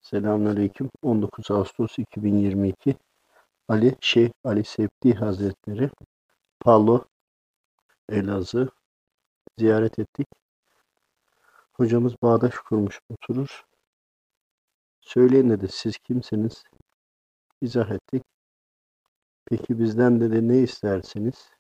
Selamünaleyküm. 19 Ağustos 2022 Şeyh Ali Sebti Hazretleri Palo, Elazığ ziyaret ettik. Hocamız bağdaş kurmuş oturur. Söyleyin dedi, siz kimsiniz? İzah ettik. Peki bizden dedi ne istersiniz?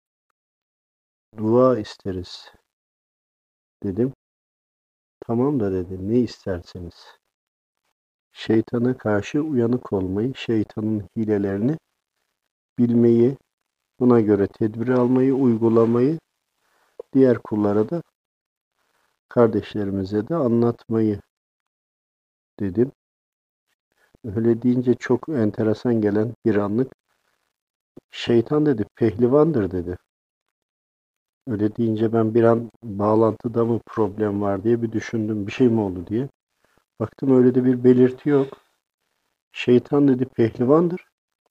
Dua isteriz dedim. Tamam da dedi, ne isterseniz. Şeytana karşı uyanık olmayı, şeytanın hilelerini bilmeyi, buna göre tedbir almayı, uygulamayı, diğer kullara da, kardeşlerimize de anlatmayı dedim. Öyle deyince çok enteresan gelen bir anlık, şeytan dedi pehlivandır dedi. Öyle deyince ben bir an bağlantıda mı problem var diye bir düşündüm, bir şey mi oldu diye. Baktım öyle de bir belirti yok. Şeytan dedi pehlivandır.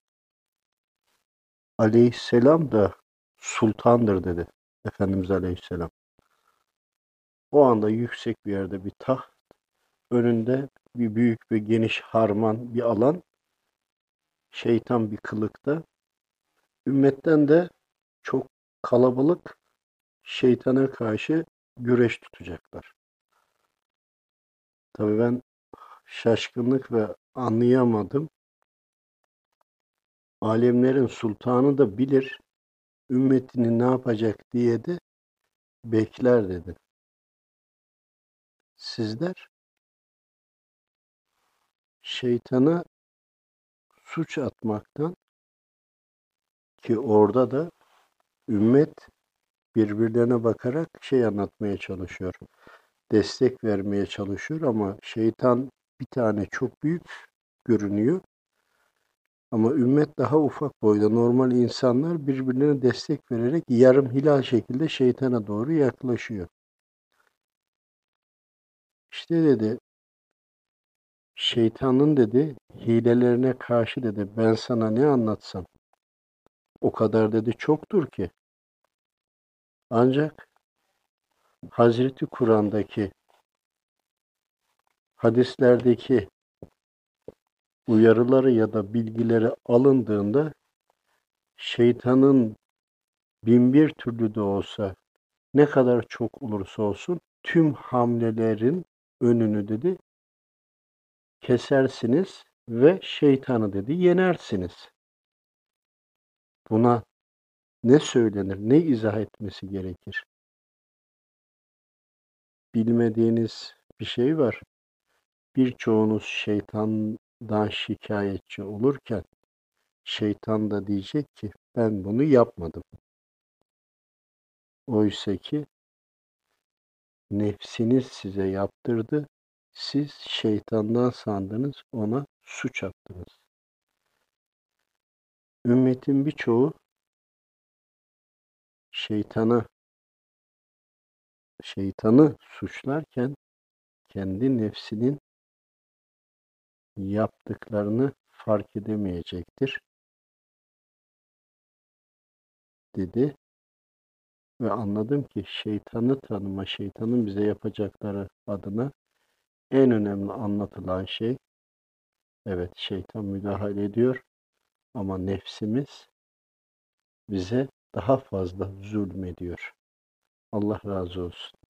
Aleyhisselam da sultandır dedi. Efendimiz Aleyhisselam. O anda yüksek bir yerde bir taht, önünde bir büyük ve geniş harman bir alan, şeytan bir kılıkta, ümmetten de çok kalabalık şeytana karşı güreş tutacaklar. Tabii ben şaşkınlık ve anlayamadım. Alemlerin sultanı da bilir, ümmetini ne yapacak diye de bekler dedi. Sizler şeytana suç atmaktan, ki orada da ümmet birbirlerine bakarak şey anlatmaya çalışıyor. Destek vermeye çalışıyor ama şeytan bir tane çok büyük görünüyor. Ama ümmet daha ufak boyda, normal insanlar birbirlerine destek vererek yarım hilal şekilde şeytana doğru yaklaşıyor. İşte dedi, şeytanın dedi hilelerine karşı dedi ben sana ne anlatsam o kadar dedi çoktur ki. Ancak Hazreti Kur'an'daki, hadislerdeki uyarıları ya da bilgileri alındığında şeytanın bin bir türlü de olsa, ne kadar çok olursa olsun tüm hamlelerin önünü dedi kesersiniz ve şeytanı dedi yenersiniz. Buna ne söylenir, ne izah etmesi gerekir? Bilmediğiniz bir şey var. Birçoğunuz şeytandan şikayetçi olurken şeytan da diyecek ki ben bunu yapmadım. Oysa ki nefsiniz size yaptırdı. Siz şeytandan sandınız, ona suç attınız. Ümmetin birçoğu şeytanı suçlarken kendi nefsinin yaptıklarını fark edemeyecektir dedi ve anladım ki şeytanı tanıma, şeytanın bize yapacakları adına en önemli anlatılan şey, evet şeytan müdahale ediyor ama nefsimiz bize daha fazla zulmediyor. Allah razı olsun.